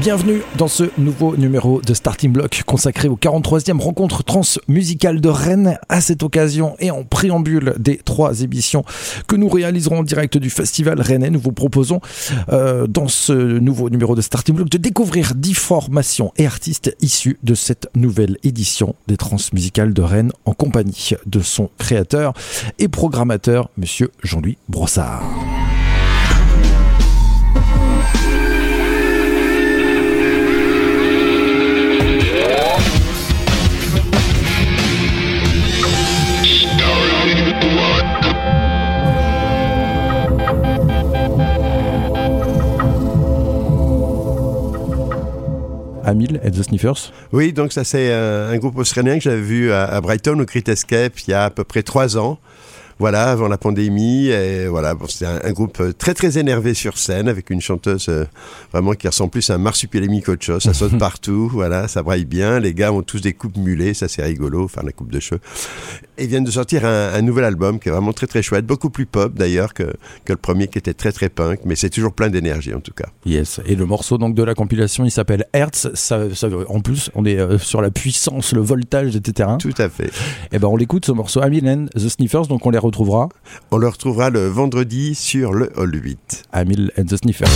Bienvenue dans ce nouveau numéro de Starting Block consacré aux 43e rencontres transmusicales de Rennes. À cette occasion et en préambule des 3 émissions que nous réaliserons en direct du Festival Rennais, nous vous proposons dans ce nouveau numéro de Starting Block de découvrir 10 formations et artistes issus de cette nouvelle édition des transmusicales de Rennes en compagnie de son créateur et programmateur, monsieur Jean-Louis Brossard. Amil and the Sniffers. Oui, donc ça c'est un groupe australien que j'avais vu à Brighton au Crit Escape il y a à peu près 3 ans. Voilà, avant la pandémie, et voilà, bon, c'était un groupe très très énervé sur scène, avec une chanteuse vraiment qui ressemble plus à un marsupilami qu'autre chose, ça saute partout, voilà, ça braille bien, les gars ont tous des coupes mulets, ça c'est rigolo, enfin la coupe de cheveux. Et ils viennent de sortir un nouvel album qui est vraiment très très chouette, beaucoup plus pop d'ailleurs que le premier qui était très très punk, mais c'est toujours plein d'énergie en tout cas. Yes, et le morceau donc de la compilation il s'appelle Hertz, ça, en plus on est sur la puissance, le voltage, etc. Tout à fait. Et ben on l'écoute ce morceau, Amil and the Sniffers, donc on le retrouvera le vendredi sur le Hall 8. Amil and the Sniffers.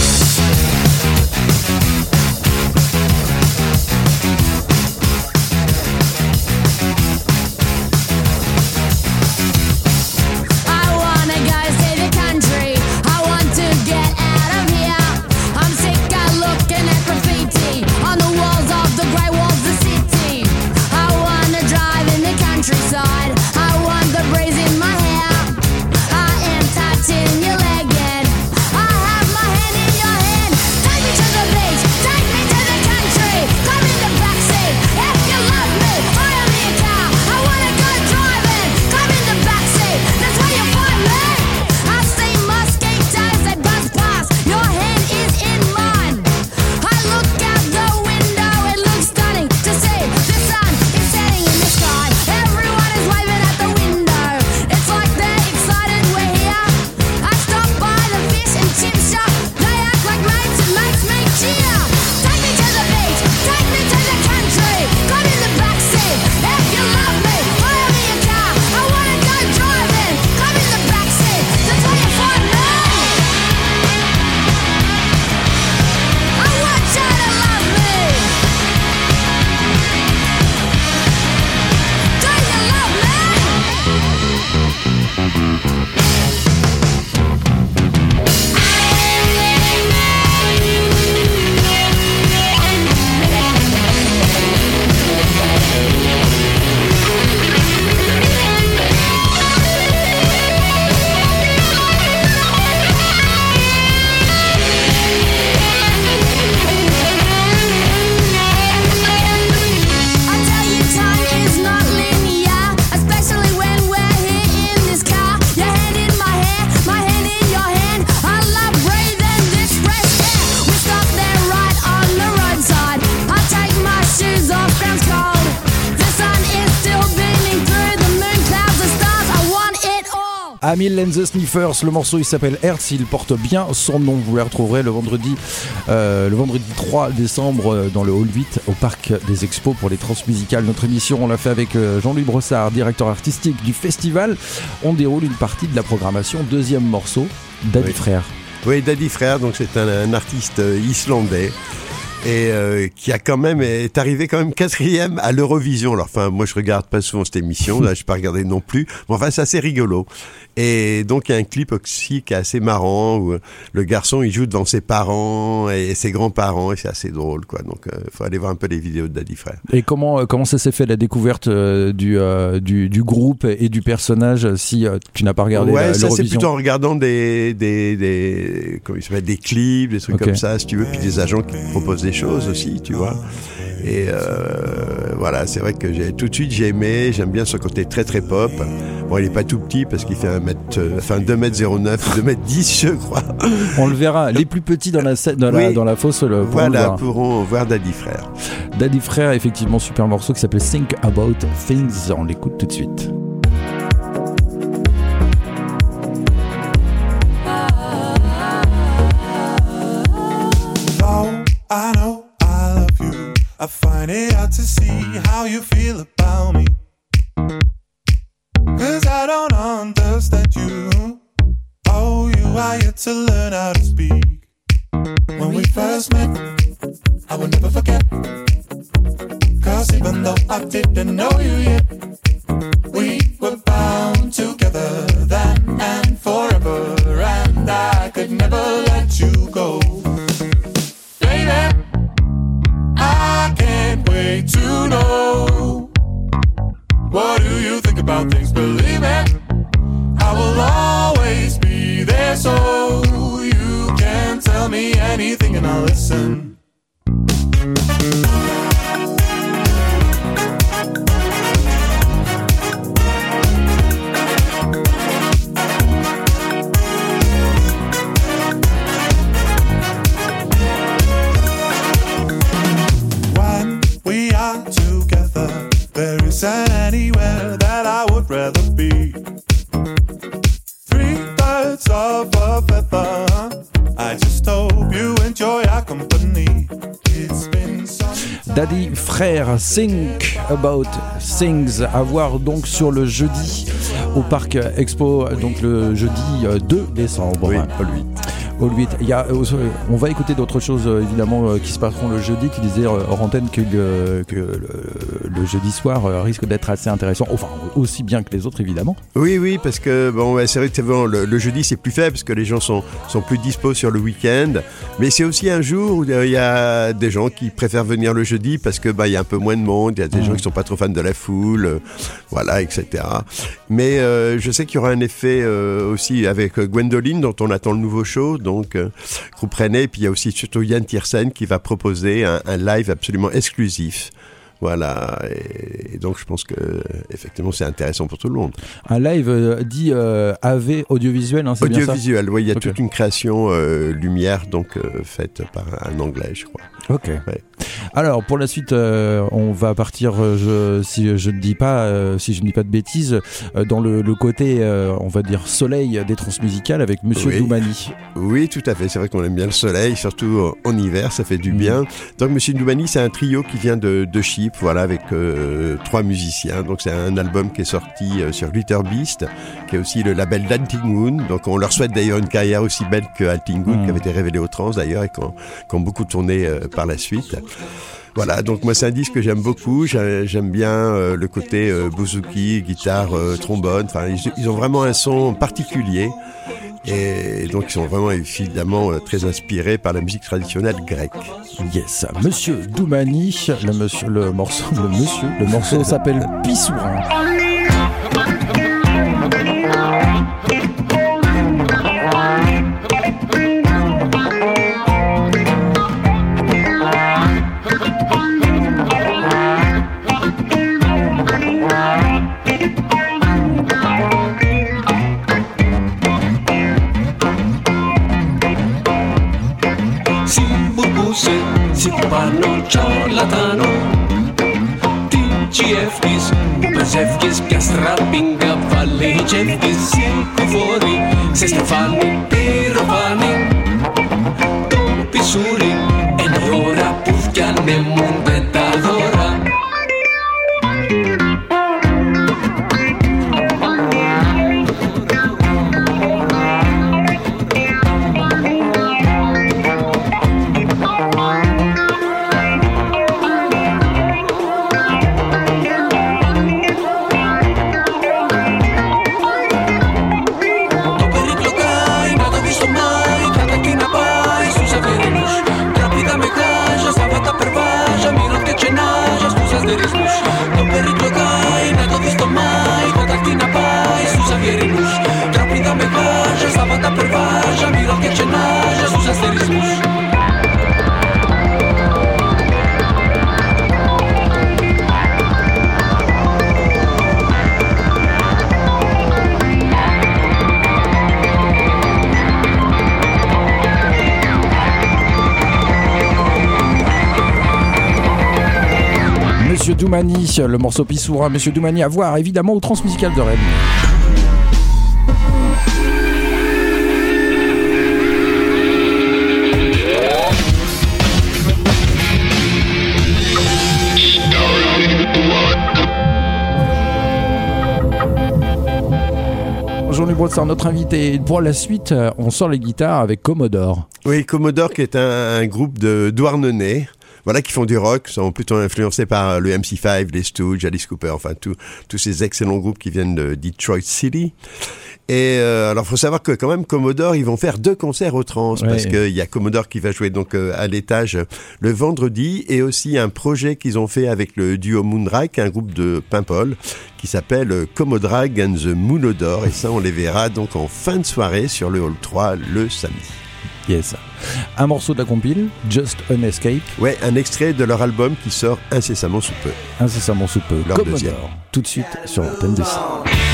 Amil and the Sniffers, le morceau il s'appelle Hertz, il porte bien son nom, vous le retrouverez le vendredi 3 décembre dans le Hall 8 au Parc des Expos pour les transmusicales. Notre émission on l'a fait avec Jean-Louis Brossard, directeur artistique du festival. On déroule une partie de la programmation, deuxième morceau, Daddy Frère. Oui, Daddy Frère, donc c'est un artiste islandais. Et qui a est arrivé quand même 4e à l'Eurovision. Alors enfin, moi je regarde pas souvent cette émission, là je pas regardé non plus, mais enfin c'est assez rigolo. Et donc il y a un clip aussi qui est assez marrant où le garçon il joue devant ses parents et ses grands-parents et c'est assez drôle quoi. Donc faut aller voir un peu les vidéos de Daddy Frère. Et comment ça s'est fait la découverte du groupe et du personnage si tu n'as pas regardé l'Eurovision? Ça c'est plutôt en regardant des comment il s'appelle, des clips, des trucs comme ça si tu veux, puis des agents qui te proposent des choses aussi, tu vois. Et voilà, c'est vrai que tout de suite j'ai aimé, j'aime bien ce côté très très pop. Bon, il est pas tout petit parce qu'il fait 2m09, 2m10 je crois. On le verra, les plus petits dans la fosse pourront voir Daddy Frère. Daddy Frère, effectivement, super morceau qui s'appelle Think About Things, on l'écoute tout de suite. I know how you feel about me. 'Cause I don't understand you. Oh, you are yet to learn how to speak. When we first met, I will never forget. 'Cause even though I didn't know you yet, we were bound together then and forever. And I could never let you go. Baby, I can't wait to know. What do you think about things? Believe me, I will always be there, so you can tell me anything and I'll listen. When we are together, there isn't anywhere that I would rather be. 3/3 of a feather. I just hope you enjoy our company. It's been some... Daddy Frère, Think About Things, à voir donc sur le jeudi au Parc Expo, donc le jeudi 2 décembre. Oui, pas lui. Au 8. Il y a, on va écouter d'autres choses évidemment qui se passeront le jeudi. Tu disais hors antenne que le jeudi soir risque d'être assez intéressant, enfin aussi bien que les autres évidemment. Oui, parce que bon, c'est vrai que le jeudi c'est plus faible parce que les gens sont plus dispo sur le week-end, mais c'est aussi un jour où il y a des gens qui préfèrent venir le jeudi parce que il y a un peu moins de monde, il y a des gens qui sont pas trop fans de la foule, voilà, etc. Mais je sais qu'il y aura un effet aussi avec Gwendoline dont on attend le nouveau show. Donc, groupe rennais, et puis il y a aussi surtout Yann Tiersen qui va proposer un live absolument exclusif. Voilà, et donc je pense que effectivement c'est intéressant pour tout le monde. Un live dit AV audiovisuel, hein, c'est audiovisuel, bien ça ? Oui, il y a toute une création lumière donc faite par un Anglais, je crois. Ok. Ouais. Alors pour la suite, on va partir, si je ne dis pas de bêtises, dans le côté, on va dire soleil des transmusicales avec Monsieur Doumani. Oui, tout à fait. C'est vrai qu'on aime bien le soleil, surtout en hiver, ça fait du bien. Donc Monsieur Doumani, c'est un trio qui vient de Chypre, voilà, avec 3 musiciens. Donc c'est un album qui est sorti sur Glitter Beast, qui est aussi le label d'Alting Moon. Donc on leur souhaite d'ailleurs une carrière aussi belle que Alting Moon, qui avait été révélé au Trans d'ailleurs et qui ont beaucoup tourné par la suite. Voilà, donc moi c'est un disque que j'aime beaucoup, j'aime bien le côté bouzouki, guitare, trombone, enfin ils ont vraiment un son particulier et donc ils sont vraiment évidemment très inspirés par la musique traditionnelle grecque. Yes, Monsieur Doumani, le morceau s'appelle Pissourin. Si πάνω τσολατάνο Τι τσιεύκεις που πεζεύκεις Πια στραπίνγκα βάλει τσεύκεις Σηκωφόρη σε στεφάνι πυροβάνι Το πισούρι είναι η ώρα που φτιανέμονται τα δώρα Monsieur Doumani, le morceau Pissourin, Monsieur Doumani à voir évidemment au Transmusical de Rennes. Jean-Louis Brossard, notre invité. Pour la suite, on sort les guitares avec Commodore. Oui, Commodore qui est un groupe de Douarnenez. Voilà, qui font du rock, sont plutôt influencés par le MC5, les Stooges, Alice Cooper, enfin tous ces excellents groupes qui viennent de Detroit City. Et alors, faut savoir que quand même Commodore, ils vont faire 2 concerts au Trans, parce qu'il y a Commodore qui va jouer donc à l'étage le vendredi, et aussi un projet qu'ils ont fait avec le duo Moondrag, un groupe de Paimpol, qui s'appelle Commodrag and the Moonodore, et ça on les verra donc en fin de soirée sur le Hall 3 le samedi. Yes. Un morceau de la compile, Just an Escape. Ouais, un extrait de leur album qui sort incessamment sous peu. Incessamment sous peu. Leur Commodore. deuxième. Tout de suite sur l'antenne de C.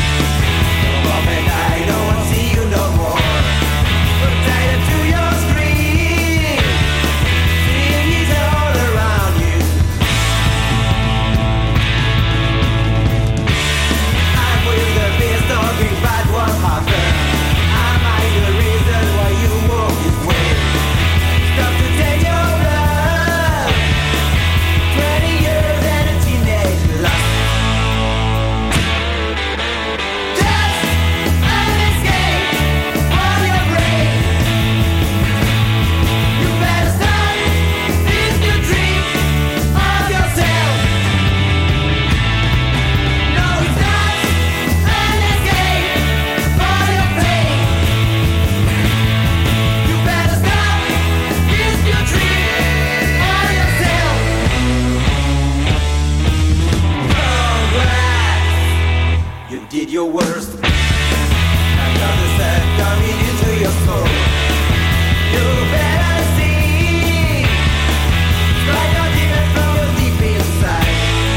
Your worst. Another set coming into your soul. You better see. Strike your demons from your deep inside.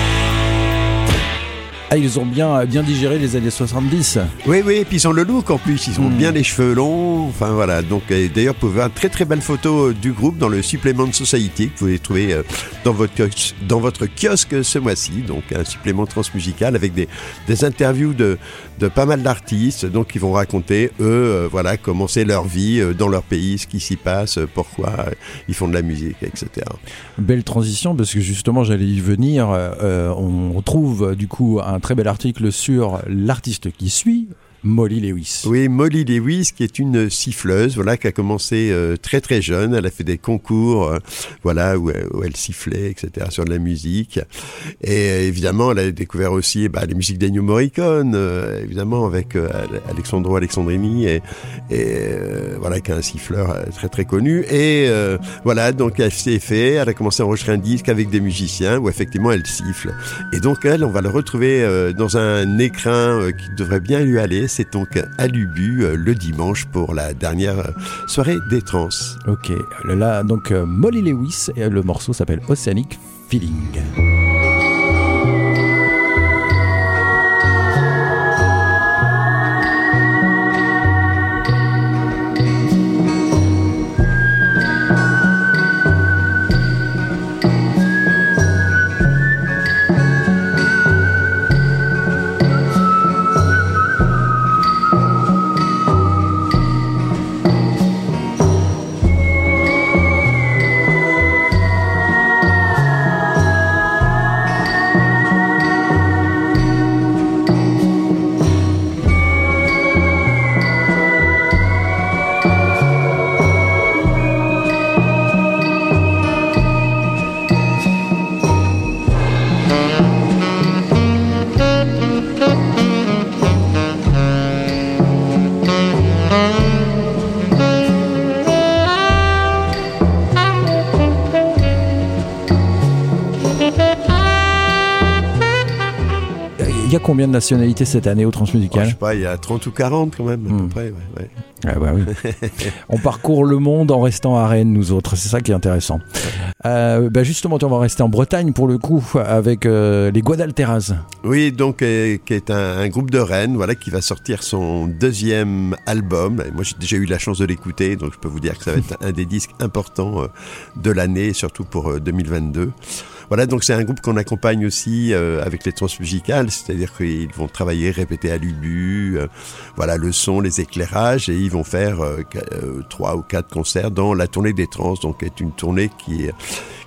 Ah, ils ont bien digéré les années 70. Oui, et puis ils ont le look en plus, ils ont bien les cheveux longs, enfin voilà. Donc d'ailleurs, vous pouvez voir une très très belle photo du groupe dans le supplément de Society que vous pouvez trouver dans votre kiosque ce mois-ci. Donc un supplément transmusical avec des interviews de pas mal d'artistes, donc ils vont raconter eux, voilà, comment c'est leur vie dans leur pays, ce qui s'y passe, pourquoi ils font de la musique, etc. Belle transition, parce que justement j'allais y venir. On trouve du coup un très bel article sur l'artiste qui suit, Molly Lewis. Oui, Molly Lewis, qui est une siffleuse, voilà, qui a commencé très très jeune. Elle a fait des concours, voilà, où elle sifflait, etc., sur de la musique. Et évidemment, elle a découvert aussi les musiques d'Ennio Morricone, évidemment, avec Alessandro Alessandrini, et voilà, qui est un siffleur très très connu. Et voilà, donc elle s'est fait, elle a commencé à enregistrer un disque avec des musiciens où effectivement elle siffle. Et donc elle, on va le retrouver dans un écrin qui devrait bien lui aller. C'est donc à l'Ubu le dimanche pour la dernière soirée des trans. Ok, là donc Molly Lewis, et le morceau s'appelle Oceanic Feeling. Il y a combien de nationalités cette année au Transmusical ? Je sais pas, il y a 30 ou 40 quand même, à peu près. Ouais. Ah bah oui. On parcourt le monde en restant à Rennes, nous autres. C'est ça qui est intéressant. Justement, on va rester en Bretagne pour le coup avec les Guadalteras. Oui, donc qui est un groupe de Rennes, voilà, qui va sortir son deuxième album. Et moi, j'ai déjà eu la chance de l'écouter, donc je peux vous dire que ça va être un des disques importants de l'année, surtout pour 2022. Voilà, donc c'est un groupe qu'on accompagne aussi avec les transmusicales, c'est-à-dire qu'ils vont travailler, répéter à l'Ubu, voilà, le son, les éclairages, et ils vont faire 3 ou 4 concerts dans la tournée des trans, donc est une tournée qui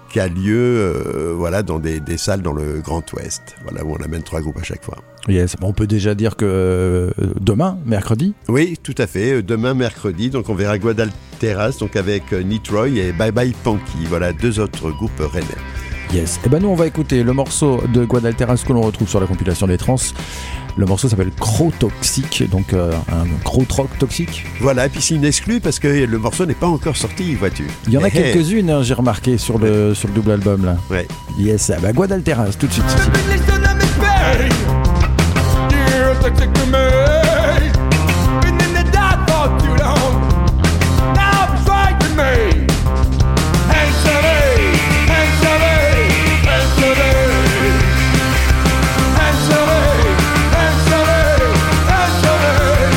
qui a lieu voilà, dans des salles dans le Grand Ouest, voilà, où on amène 3 groupes à chaque fois. Yes. On peut déjà dire que demain, mercredi. Oui, tout à fait. Demain, mercredi, donc on verra Guadalteras, donc avec Nitroy et Bye Bye Punky. Voilà, 2 autres groupes rennais. Yes. Et ben nous, on va écouter le morceau de Guadalteras que l'on retrouve sur la compilation des trans. Le morceau s'appelle Crow Toxic, donc un crow rock toxique. Voilà, et puis c'est une exclue parce que le morceau n'est pas encore sorti, vois-tu. Il y en a quelques-unes, hein, j'ai remarqué sur le double album là. Ouais. Yes, bah Guadalteras tout de suite. Listen to me, babe. You're toxic to me. Been in the dark for too long. Now it's right to me. Answer me, answer me, answer me. Answer me, answer me, answer me.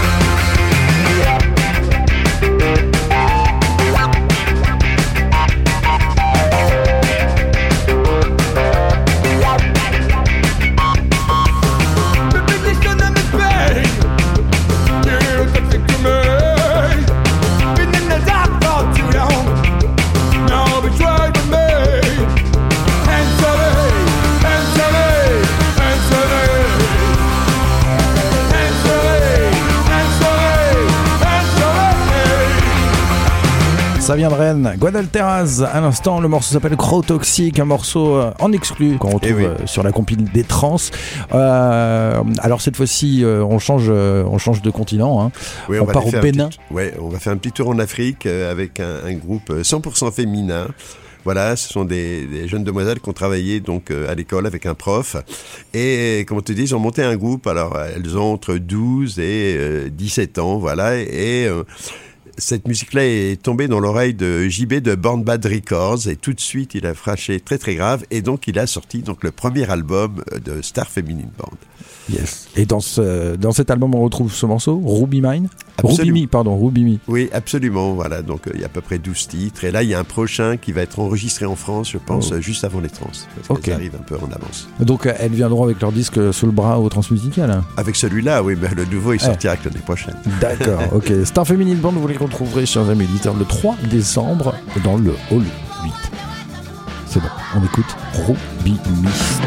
Ça vient de Rennes. Guadalteras, à l'instant, le morceau s'appelle Crow Toxic, un morceau en exclu qu'on retrouve sur la compile des trans. Alors cette fois-ci, on change de continent. Hein. Oui, on part au Bénin. On va faire un petit tour en Afrique avec un groupe 100% féminin. Voilà, ce sont des jeunes demoiselles qui ont travaillé donc à l'école avec un prof. Et comme on te dit, ils ont monté un groupe. Alors, elles ont entre 12 et 17 ans, voilà. Et cette musique-là est tombée dans l'oreille de JB de Born Bad Records et tout de suite il a flashé très très grave et donc il a sorti donc le premier album de Star Feminine Band. Yes. Et dans cet album on retrouve ce morceau, Ruby Mine. Ruby Me. Oui, absolument. Voilà, donc il y a à peu près 12 titres et là il y a un prochain qui va être enregistré en France, je pense, juste avant les trans. Parce qu'elles arrivent un peu en avance. Donc elles viendront avec leur disque sous le bras au Transmusical. Hein. Avec celui-là, oui, mais le nouveau il sortira que l'année prochaine. D'accord, ok. Star Feminine Band, vous les retrouverez, chers amis auditeurs, le 3 décembre dans le Hall 8. C'est bon, on écoute Ruby Me.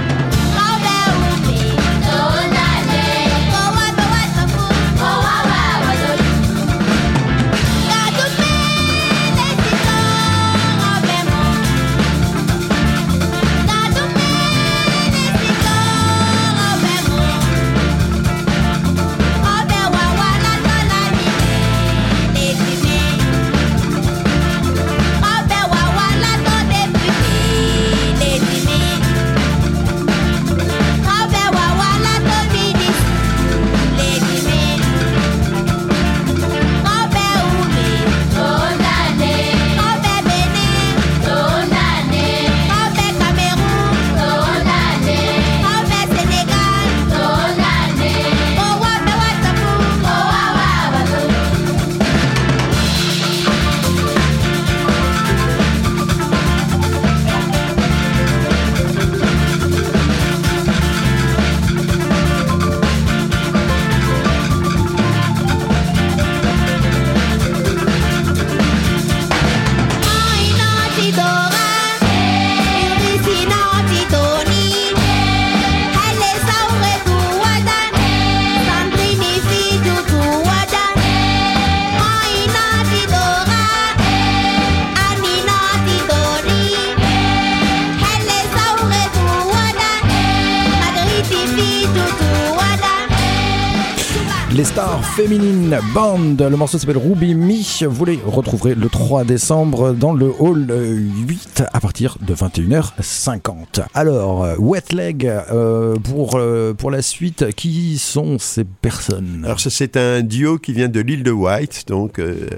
Les Stars Feminine Band, le morceau s'appelle Ruby Me, vous les retrouverez le 3 décembre dans le Hall 8 à partir de 21h50. Alors, Wet Leg, pour la suite, qui sont ces personnes ? Alors c'est un duo qui vient de l'île de White, donc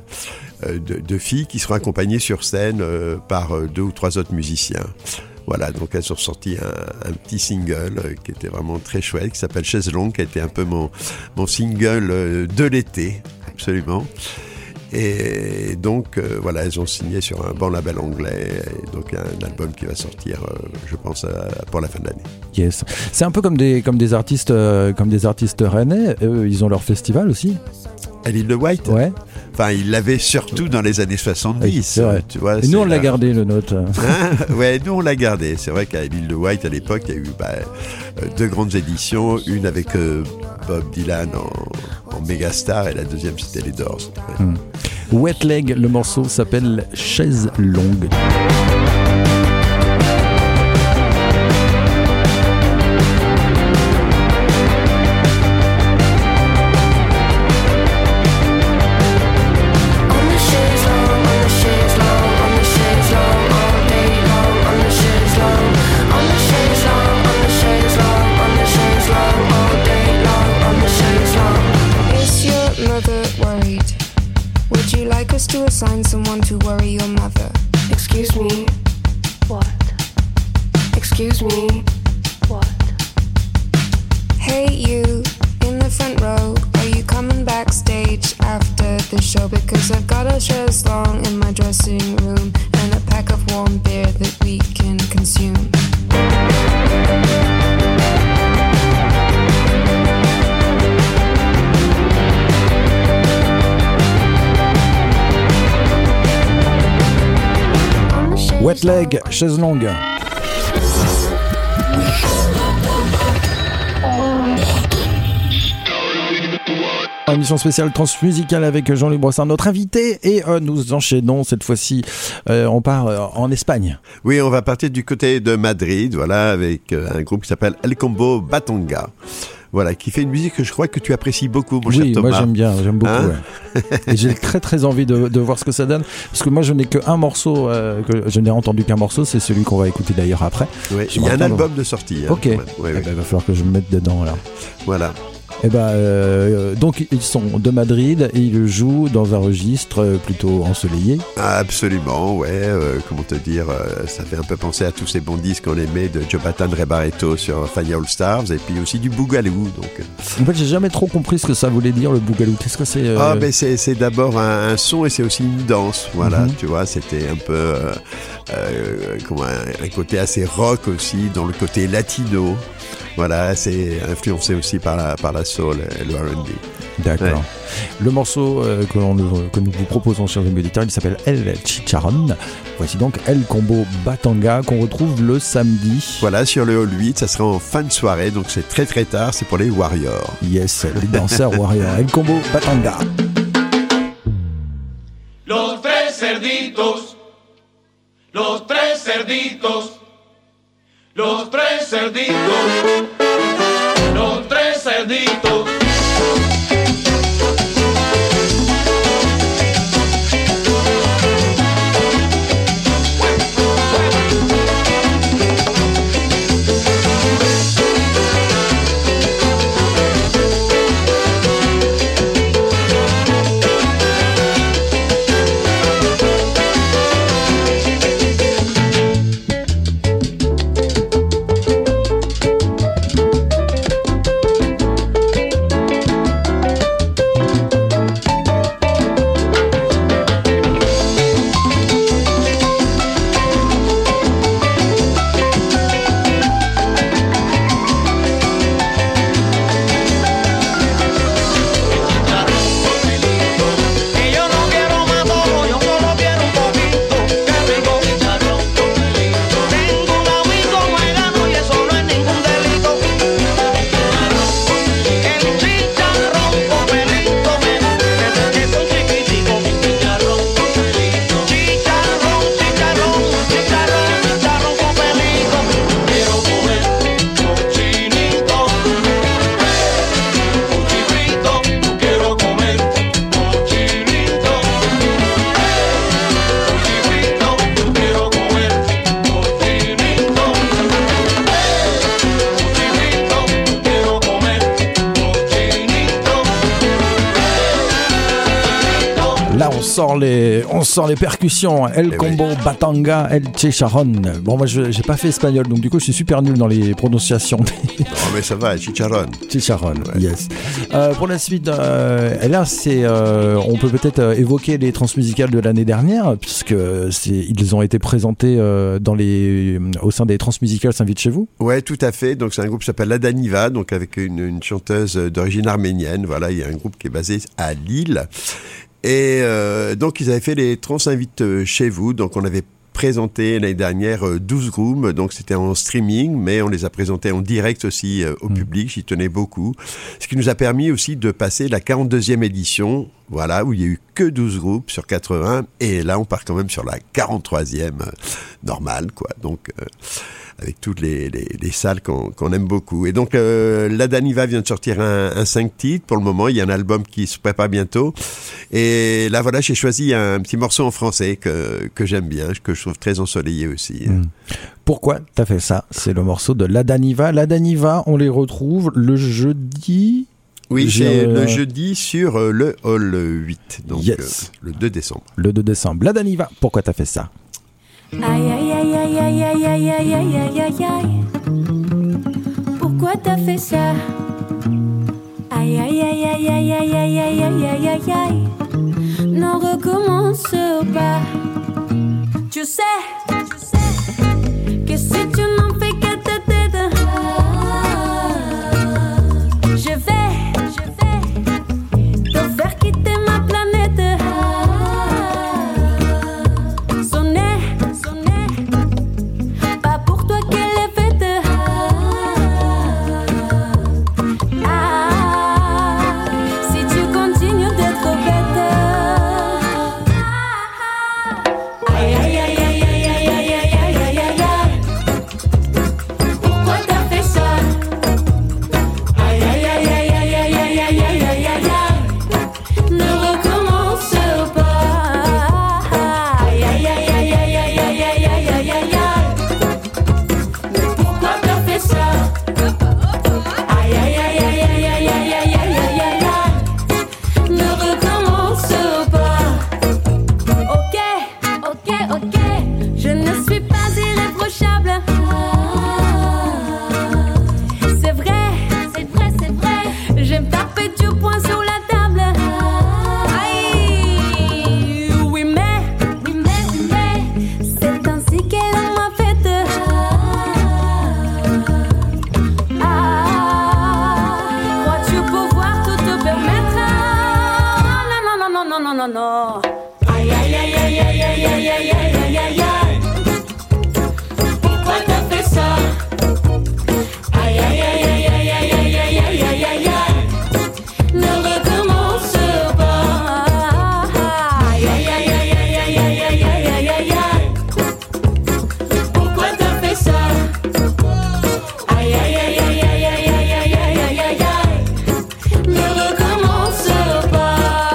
de filles qui seront accompagnées sur scène par 2 ou 3 autres musiciens. Voilà, donc elles ont sorti un petit single qui était vraiment très chouette, qui s'appelle Chaise Longue, qui a été un peu mon single de l'été, absolument. Et donc, voilà, elles ont signé sur un bon label anglais, et donc un album qui va sortir, je pense, pour la fin de l'année. Yes. C'est un peu comme des artistes rennais, eux, ils ont leur festival aussi. À l'île de White ? Ouais. Enfin, il l'avait surtout dans les années 70. Oui, c'est vrai. Tu vois, Et nous, on c'est l'a la- gardé, le nôtre. Hein ouais, nous on l'a gardé. C'est vrai qu'à l'île de White à l'époque, il y a eu deux grandes éditions, une avec Bob Dylan en méga star et la deuxième c'était les Doors. Ouais. Wet Leg, le morceau s'appelle Chaise longue. On the chaise long, on the chaise long, on the chaise long, all day long, on the chaise long, on the chaise long, on the chaise long, on the chaise long, all day long, on the chaise long. Is your mother worried? Would you like us to assign someone to worry your mother? Excuse me. What? Excuse me. What? Hey you, in the front row, are you coming backstage after the show? Because I've got a chaise long in my dressing room and a pack of warm beer that we can consume. On the chaise Wet Leg, long. Chaise longue. Émission spéciale transmusicale avec Jean-Louis Brossard, notre invité, et nous enchaînons cette fois-ci, on part en Espagne. Oui, on va partir du côté de Madrid, voilà, avec un groupe qui s'appelle El Combo Batonga. Voilà, qui fait une musique que je crois que tu apprécies beaucoup, mon cher Oui, Thomas. moi j'aime beaucoup. Hein Ouais. Et j'ai très très envie de voir ce que ça donne, parce que moi je n'ai qu'un morceau, je n'ai entendu qu'un morceau, c'est celui qu'on va écouter d'ailleurs après. Ouais, Je il y a un m'entends, album de sortie. Hein. Ok, Ouais, Eh ouais, ben, il va falloir que je me mette dedans là. Voilà. Et donc ils sont de Madrid et ils jouent dans un registre plutôt ensoleillé. Absolument, ouais. Comment te dire, ça fait un peu penser à tous ces bons disques qu'on aimait de Jonathan Rebarreto sur Fania All Stars et puis aussi du Boogaloo. Donc, En fait, j'ai jamais trop compris ce que ça voulait dire le boogaloo. Qu'est-ce que c'est ben c'est d'abord un son et c'est aussi une danse. Voilà, tu vois, c'était un peu comment un côté assez rock aussi, dans le côté latino. Voilà, c'est influencé aussi par la soul et le R&B. D'accord. Ouais. Le morceau que nous vous proposons, chers auditeurs, il s'appelle El Chicharrón. Voici donc El Combo Batanga qu'on retrouve le samedi. Voilà, sur le Hall 8, ça sera en fin de soirée, donc c'est très très tard, c'est pour les Warriors. Yes, les danseurs warriors. El Combo Batanga. Los tres cerditos, los tres cerditos, los tres cerditos, los tres cerditos. Que yo no quiero más todo, yo solo quiero un poquito. Qué rico chicharrón con pelito. Tengo un amigo muegano y eso no es ningún delito. El chicharrón con pelito me desde que soy chiquitico. Chicharrón con pelito. Chicharrón, chicharrón, chicharrón, chicharrón con pelito. Quiero comer cochinito, cuchifrito. Quiero comer cochinito, cuchifrito. Quiero comer cochinito, cuchifrito. Quiero comer cochinito. Là, on sort les percussions. El Eh Combo Batanga, El Chicharrón. Bon, moi, j'ai pas fait espagnol, donc du coup, je suis super nul dans les prononciations des Oh, mais ça va, Chicharrón. Chicharrón. Yes. Pour la suite, et là, on peut peut-être évoquer les transmusicales de l'année dernière, puisque ils ont été présentés au sein des transmusicales s'invite chez vous. Ouais, tout à fait. Donc c'est un groupe qui s'appelle La Daniva, donc avec une chanteuse d'origine arménienne. Voilà, il y a un groupe qui est basé à Lille. Et donc, ils avaient fait les Trans Invites chez vous. Donc, on avait présenté l'année dernière 12 groupes, donc c'était en streaming, mais on les a présentés en direct aussi au public, j'y tenais beaucoup. Ce qui nous a permis aussi de passer la 42e édition, voilà, où il y a eu que 12 groupes sur 80, et là on part quand même sur la 43e normale, quoi. Donc avec toutes les salles qu'on aime beaucoup. Et donc, la Daniva vient de sortir un 5 titres. Pour le moment, il y a un album qui se prépare bientôt. Et là, voilà, j'ai choisi un petit morceau en français que j'aime bien, que je trouve très ensoleillé aussi. Pourquoi t'as fait ça? C'est le morceau de La Daniva. La Daniva, on les retrouve le jeudi... Oui, c'est le jeudi sur le Hall 8, donc yes. Le 2 décembre. Le 2 décembre. La Daniva, pourquoi t'as fait ça? Aïe aïe aïe aïe aïe aïe aïe aïe aïe aïe aïe aïe. Pourquoi t'as fait ça? Aïe aïe aïe aïe aïe aïe aïe aïe aïe aïe aïe aïe. Ne recommence pas. Tu sais que si tu n'en fais que ta tête, je vais te faire quitter ma planète. Pas pour toi qu'elle est faite. Si tu continues d'être bête. Aïe aïe aïe aïe aïe aïe aïe aïe aïe aïe aïe. Pourquoi t'as fait ça? Aïe aïe aïe aïe aïe aïe aïe aïe aïe aïe aïe. Ne recommence pas. Aïe aïe aïe aïe aïe aïe aïe aïe aïe aïe aïe. Pourquoi t'as fait ça? Aïe aïe aïe aïe aïe aïe aïe aïe aïe aïe aïe. Ne recommence pas. Ok, je ne suis pas irréprochable. C'est vrai, j'aime taper du poing sur la table. Aïe, oui mais, c'est ainsi qu'elle m'a faite. Crois-tu pouvoir tout te permettre? Non. Aïe aïe aïe aïe aïe aïe aïe aïe aïe aïe aïe. Pourquoi t'as fait ça? Aïe aïe aïe aïe aïe aïe aïe aïe aïe aïe aïe aïe. Ne recommence pas. Aïe aïe aïe aïe aïe aïe aïe aïe aïe aïe aïe. Pourquoi t'as fait ça? Aïe aïe aïe aïe aïe aïe aïe aïe aïe aïe aïe. Ne recommence pas.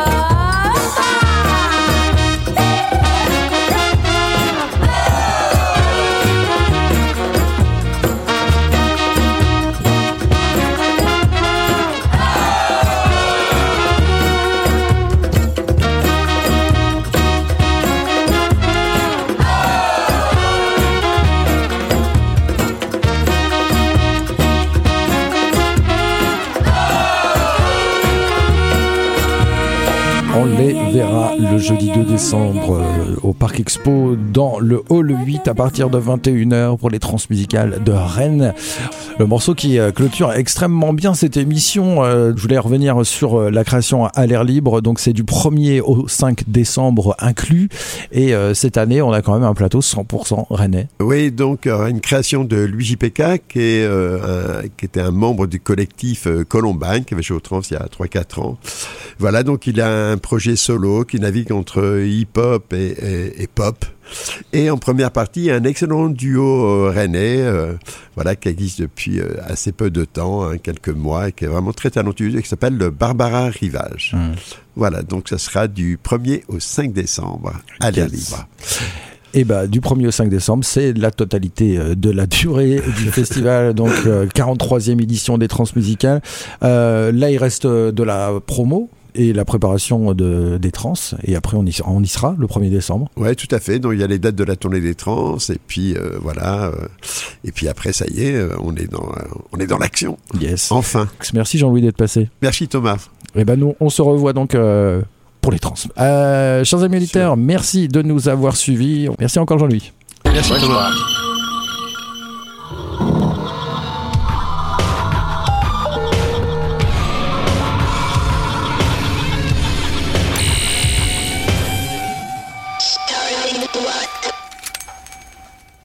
On les verra le jeudi 2 décembre au Parc Expo dans le Hall 8 à partir de 21h pour les transmusicales de Rennes. Le morceau qui clôture extrêmement bien cette émission. Je voulais revenir sur la création à l'air libre. Donc c'est du 1er au 5 décembre inclus. Et cette année, on a quand même un plateau 100% rennais. Oui, donc une création de Luigi Pecca, qui était un membre du collectif Columbine, qui avait joué au Trans il y a 3-4 ans. Voilà, donc il a un projet solo qui navigue entre hip-hop et pop. Et en première partie, un excellent duo rennais, voilà, qui existe depuis assez peu de temps, quelques mois, et qui est vraiment très talentueux, et qui s'appelle le Barbara Rivage. Voilà, donc ça sera du 1er au 5 décembre à l'air libre. Et du 1er au 5 décembre, c'est la totalité de la durée du festival, donc 43e édition des Transmusicales. Là, il reste de la promo et la préparation des trans, et après on y sera le 1er décembre. Ouais, tout à fait. Donc il y a les dates de la tournée des trans, et puis voilà, et puis après ça y est, on est dans l'action. Yes. Enfin. Merci Jean-Louis d'être passé. Merci Thomas. Et nous on se revoit donc pour les trans. Chers amis auditeurs, merci de nous avoir suivis. Merci encore Jean-Louis. Merci Thomas.